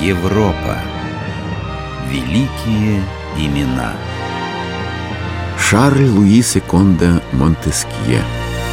Европа. Великие имена. Шарль Луи Секонда Монтескье.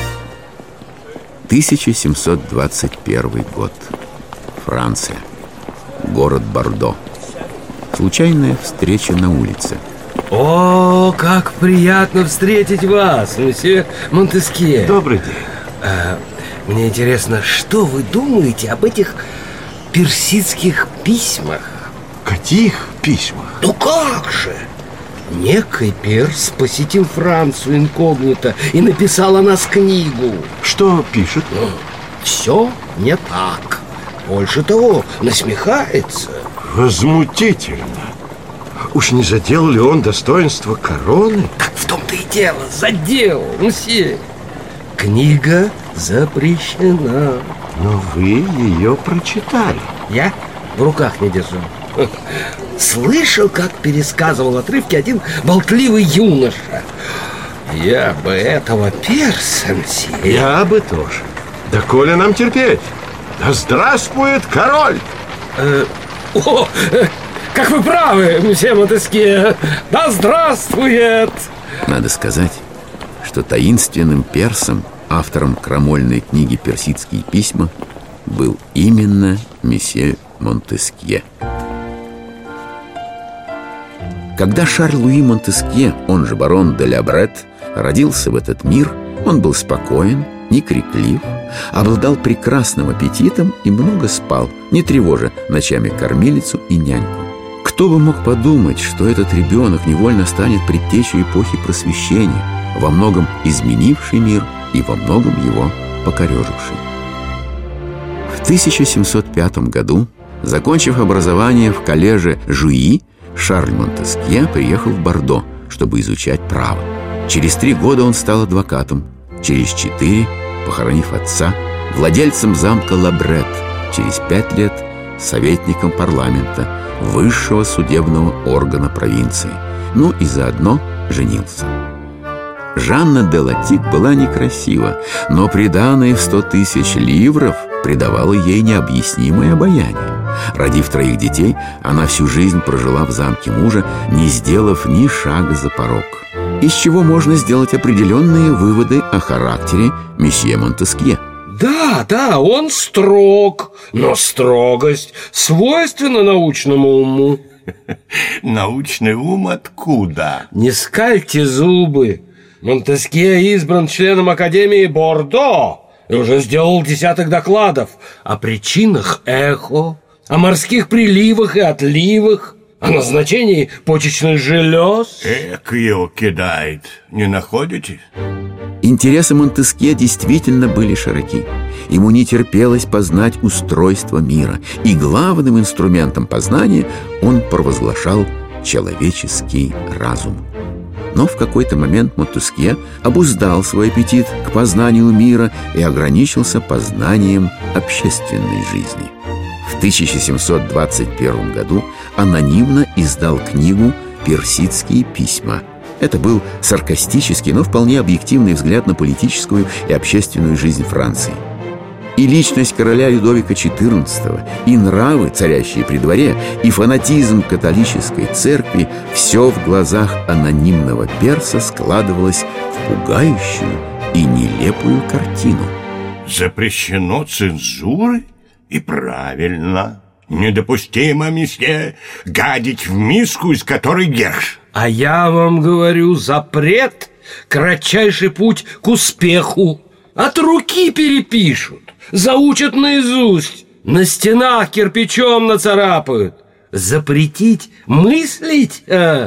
1721 год. Франция. Город Бордо. Случайная встреча на улице. О, как приятно встретить вас, месье Монтескье. Добрый день. Мне интересно, что вы думаете об этих персидских письмах? Каких письмах? Ну как же! Некий перс посетил Францию инкогнито и написал о нас книгу. Что пишет? Все не так. Больше того, насмехается. Возмутительно. Уж не задел ли он достоинство короны? Так в том-то и дело, задел, мсье. Книга запрещена. Но вы ее прочитали. Я в руках не держу. Слышал, как пересказывал отрывки один болтливый юноша. Я бы этого перса, мсье. Я бы тоже. Да коли нам терпеть. Да здравствует король! Как вы правы, мсье Монтескье. Да здравствует! Надо сказать, что таинственным персом, автором крамольной книги «Персидские письма», был именно месье Монтескье. Когда Шарль Луи Монтескье, он же барон де ля Брет, родился в этот мир, он был спокоен, не криклив, обладал прекрасным аппетитом и много спал, не тревожа ночами кормилицу и няньку. Кто бы мог подумать, что этот ребенок невольно станет предтечей эпохи Просвещения, во многом изменивший мир и во многом его покореживший. В 1705 году, закончив образование в коллеже Жуи, Шарль Монтескье приехал в Бордо, чтобы изучать право. Через 3 года он стал адвокатом, через 4, похоронив отца, владельцем замка Ла Брет, через 5 лет советником парламента, высшего судебного органа провинции, ну и заодно женился. Жанна де Латик была некрасива, но приданое в 100 000 ливров придавало ей необъяснимое обаяние. Родив 3 детей, она всю жизнь прожила в замке мужа, не сделав ни шага за порог. Из чего можно сделать определенные выводы о характере месье Монтескье. Да, он строг, но строгость свойственна научному уму. Научный ум откуда? Не скальте зубы. Монтескье избран членом Академии Бордо и уже сделал десяток докладов о причинах эхо, о морских приливах и отливах, о назначении почечных желез. Его кидает, не находите? Интересы Монтескье действительно были широки. Ему не терпелось познать устройство мира, и главным инструментом познания он провозглашал человеческий разум. Но в какой-то момент Монтескье обуздал свой аппетит к познанию мира и ограничился познанием общественной жизни. В 1721 году анонимно издал книгу «Персидские письма». Это был саркастический, но вполне объективный взгляд на политическую и общественную жизнь Франции. И личность короля Людовика XIV, и нравы, царящие при дворе, и фанатизм католической церкви – все в глазах анонимного перса складывалось в пугающую и нелепую картину. Запрещено цензурой? И правильно. Недопустимо, месье, гадить в миску, из которой ешь. А я вам говорю, запрет – кратчайший путь к успеху. От руки перепишут, заучат наизусть, на стенах кирпичом нацарапают. Запретить мыслить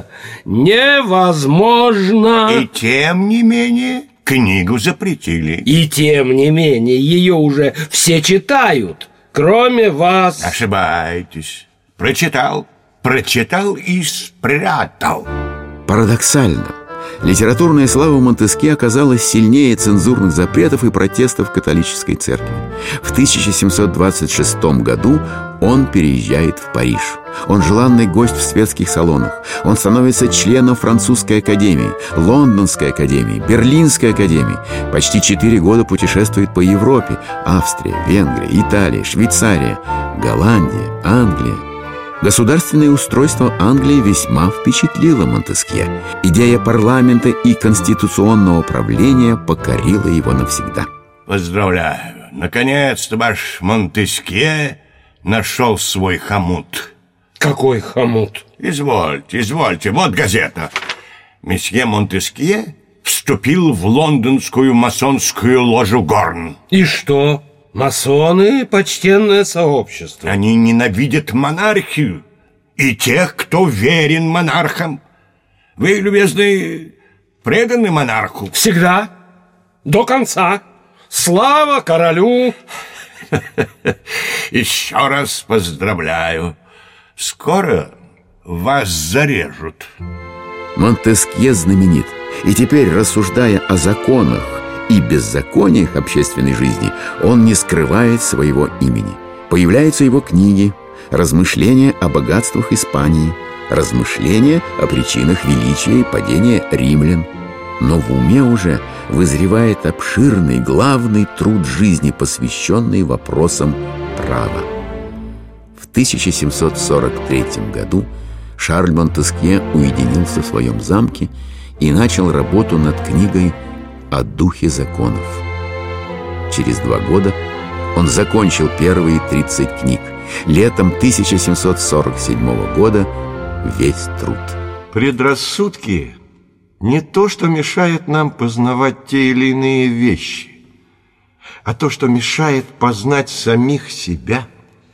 невозможно. И тем не менее книгу запретили. И тем не менее ее уже все читают, кроме вас. Ошибаетесь. Прочитал и спрятал. Парадоксально, литературная слава Монтескье оказалась сильнее цензурных запретов и протестов католической церкви. В 1726 году он переезжает в Париж. Он желанный гость в светских салонах. Он становится членом Французской академии, Лондонской академии, Берлинской академии. Почти 4 года путешествует по Европе. Австрия, Венгрия, Италия, Швейцария, Голландия, Англия. Государственное устройство Англии весьма впечатлило Монтескье. Идея парламента и конституционного правления покорила его навсегда. Поздравляю. Наконец-то ваш Монтескье нашел свой хомут. Какой хомут? Извольте, вот газета. Месье Монтескье вступил в лондонскую масонскую ложу Горн. И что? Масоны – почтенное сообщество. Они ненавидят монархию и тех, кто верен монархам. Вы, любезный, преданы монарху? Всегда, до конца. Слава королю! Еще раз поздравляю. Скоро вас зарежут. Монтескье знаменит. И теперь, рассуждая о законах и беззакониях общественной жизни, он не скрывает своего имени. Появляются его книги, размышления о богатствах Испании, размышления о причинах величия и падения римлян. Но в уме уже вызревает обширный, главный труд жизни, посвященный вопросам права. В 1743 году Шарль Монтескье уединился в своем замке и начал работу над книгой «О духе законов». Через 2 года он закончил первые 30 книг. Летом 1747 года весь труд. Предрассудки не то, что мешает нам познавать те или иные вещи, а то, что мешает познать самих себя.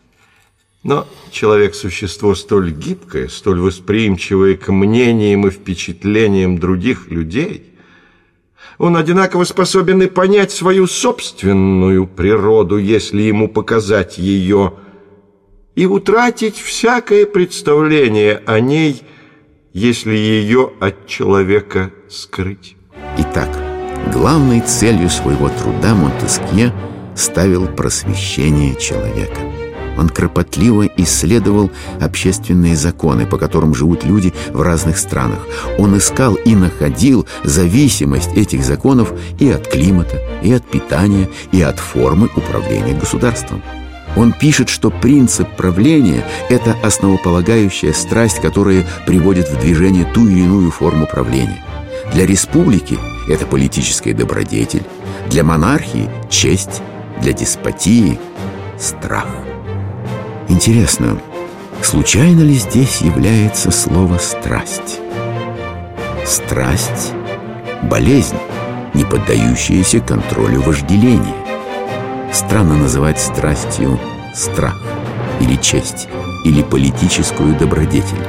Но человек – существо столь гибкое, столь восприимчивое к мнениям и впечатлениям других людей. Он одинаково способен и понять свою собственную природу, если ему показать ее, и утратить всякое представление о ней, если ее от человека скрыть. Итак, главной целью своего труда Монтескье ставил просвещение человека. Он кропотливо исследовал общественные законы, по которым живут люди в разных странах. Он искал и находил зависимость этих законов и от климата, и от питания, и от формы управления государством. Он пишет, что принцип правления – это основополагающая страсть, которая приводит в движение ту или иную форму правления. Для республики – это политическая добродетель, для монархии – честь, для деспотии – страх. Интересно, случайно ли здесь является слово «страсть»? Страсть – болезнь, не поддающаяся контролю вожделения. Странно называть страстью страх, или честь, или политическую добродетель.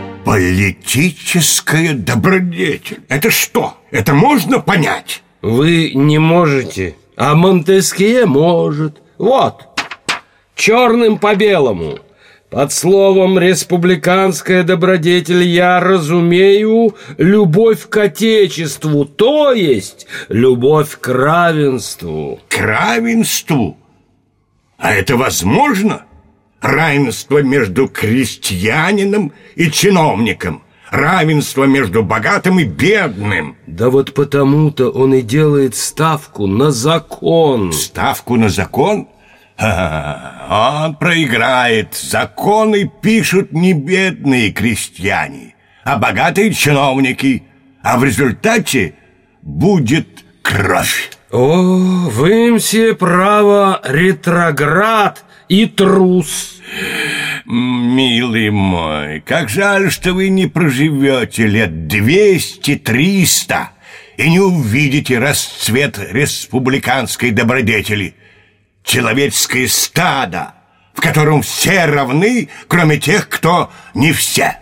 Политическая добродетель? Это что? Это можно понять? Вы не можете, а Монтескье может. Вот, черным по белому. Под словом «республиканская добродетель» я разумею любовь к Отечеству, то есть любовь к равенству. К равенству? А это возможно? Равенство между крестьянином и чиновником, равенство между богатым и бедным. Да вот потому-то он и делает ставку на закон. Ставку на закон? Он проиграет. Законы пишут не бедные крестьяне, а богатые чиновники. А в результате будет кровь. О, вы, мсье, право, ретроград и трус. Милый мой, как жаль, что вы не проживете лет 200-300 и не увидите расцвет республиканской добродетели. Человеческое стадо, в котором все равны, кроме тех, кто не все.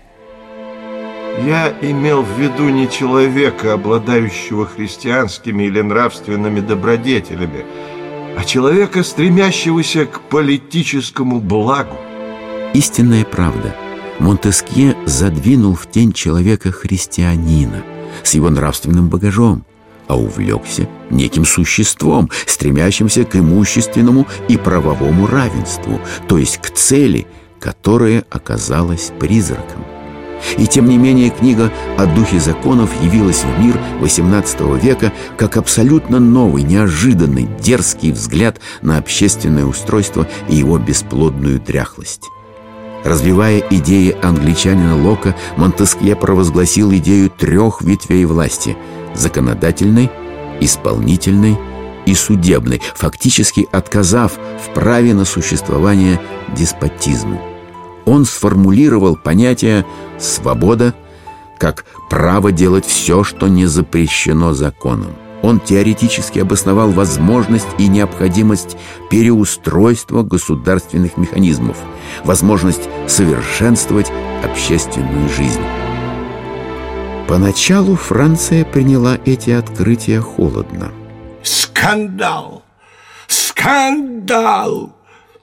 Я имел в виду не человека, обладающего христианскими или нравственными добродетелями, а человека, стремящегося к политическому благу. Истинная правда. Монтескье задвинул в тень человека-христианина с его нравственным багажом, а увлекся неким существом, стремящимся к имущественному и правовому равенству, то есть к цели, которая оказалась призраком. И тем не менее книга «О духе законов» явилась в мир XVIII века как абсолютно новый, неожиданный, дерзкий взгляд на общественное устройство и его бесплодную дряхлость. Развивая идеи англичанина Лока, Монтескье провозгласил идею 3 ветвей власти – законодательной, исполнительной и судебной, фактически отказав в праве на существование деспотизму. Он сформулировал понятие «свобода» как право делать все, что не запрещено законом. Он теоретически обосновал возможность и необходимость переустройства государственных механизмов, возможность совершенствовать общественную жизнь. Поначалу Франция приняла эти открытия холодно. Скандал! Скандал!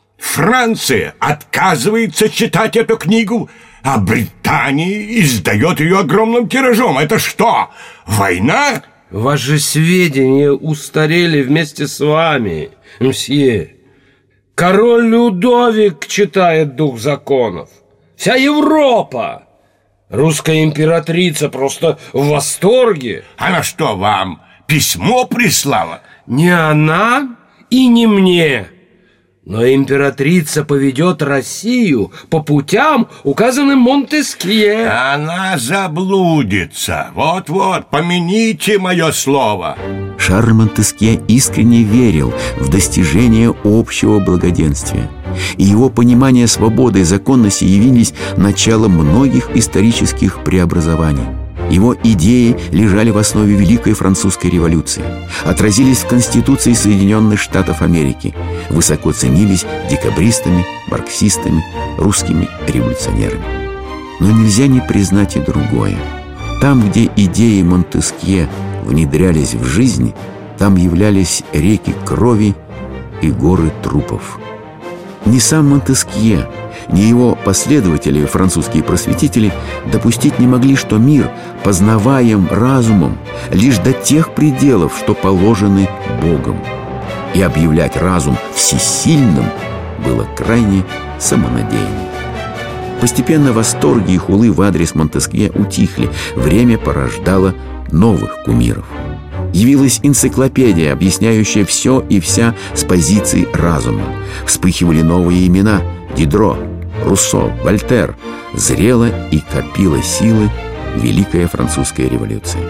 Франция отказывается читать эту книгу, а Британия издает ее огромным тиражом. Это что, война? Ваши сведения устарели вместе с вами, мсье. Король Людовик читает дух законов. Вся Европа. Русская императрица просто в восторге. Она что, вам письмо прислала? Не она и не мне. Но императрица поведет Россию по путям, указанным Монтескье. Она заблудится. Вот-вот, помяните мое слово. Шарль Монтескье искренне верил в достижение общего благоденствия, и его понимание свободы и законности явились началом многих исторических преобразований. Его идеи лежали в основе Великой Французской революции, отразились в Конституции Соединенных Штатов Америки, высоко ценились декабристами, марксистами, русскими революционерами. Но нельзя не признать и другое. Там, где идеи Монтескье внедрялись в жизнь, там являлись реки крови и горы трупов. Ни сам Монтескье, ни его последователи, французские просветители, допустить не могли, что мир познаваем разумом лишь до тех пределов, что положены Богом. И объявлять разум всесильным было крайне самонадеянно. Постепенно восторги и хулы в адрес Монтескье утихли. Время порождало новых кумиров. Явилась энциклопедия, объясняющая все и вся с позиции разума. Вспыхивали новые имена – Дидро, Руссо, Вольтер. Зрела и копила силы Великая Французская революция.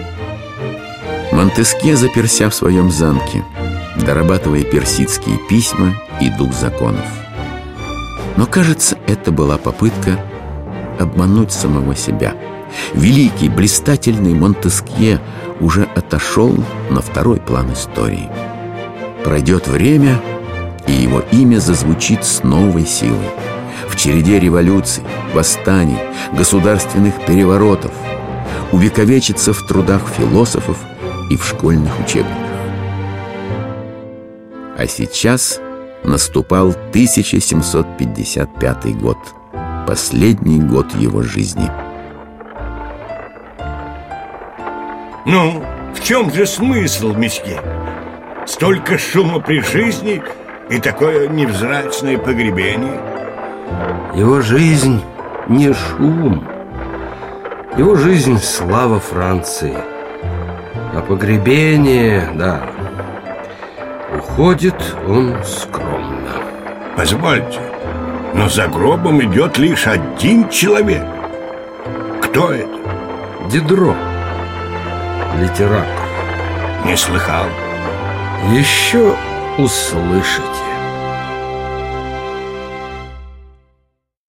Монтескье заперся в своем замке, дорабатывая персидские письма и дух законов. Но, кажется, это была попытка обмануть самого себя. Великий, блистательный Монтескье уже отошел на второй план истории. Пройдет время, и его имя зазвучит с новой силой. В череде революций, восстаний, государственных переворотов, увековечится в трудах философов и в школьных учебниках. А сейчас наступал 1755 год, последний год его жизни. Ну, в чем же смысл, месье? Столько шума при жизни и такое невзрачное погребение. Его жизнь не шум. Его жизнь — слава Франции. А погребение, да, уходит он скромно. Позвольте, но за гробом идет лишь один человек. Кто это? Дидро, литератор. Не слыхал. Еще услышите.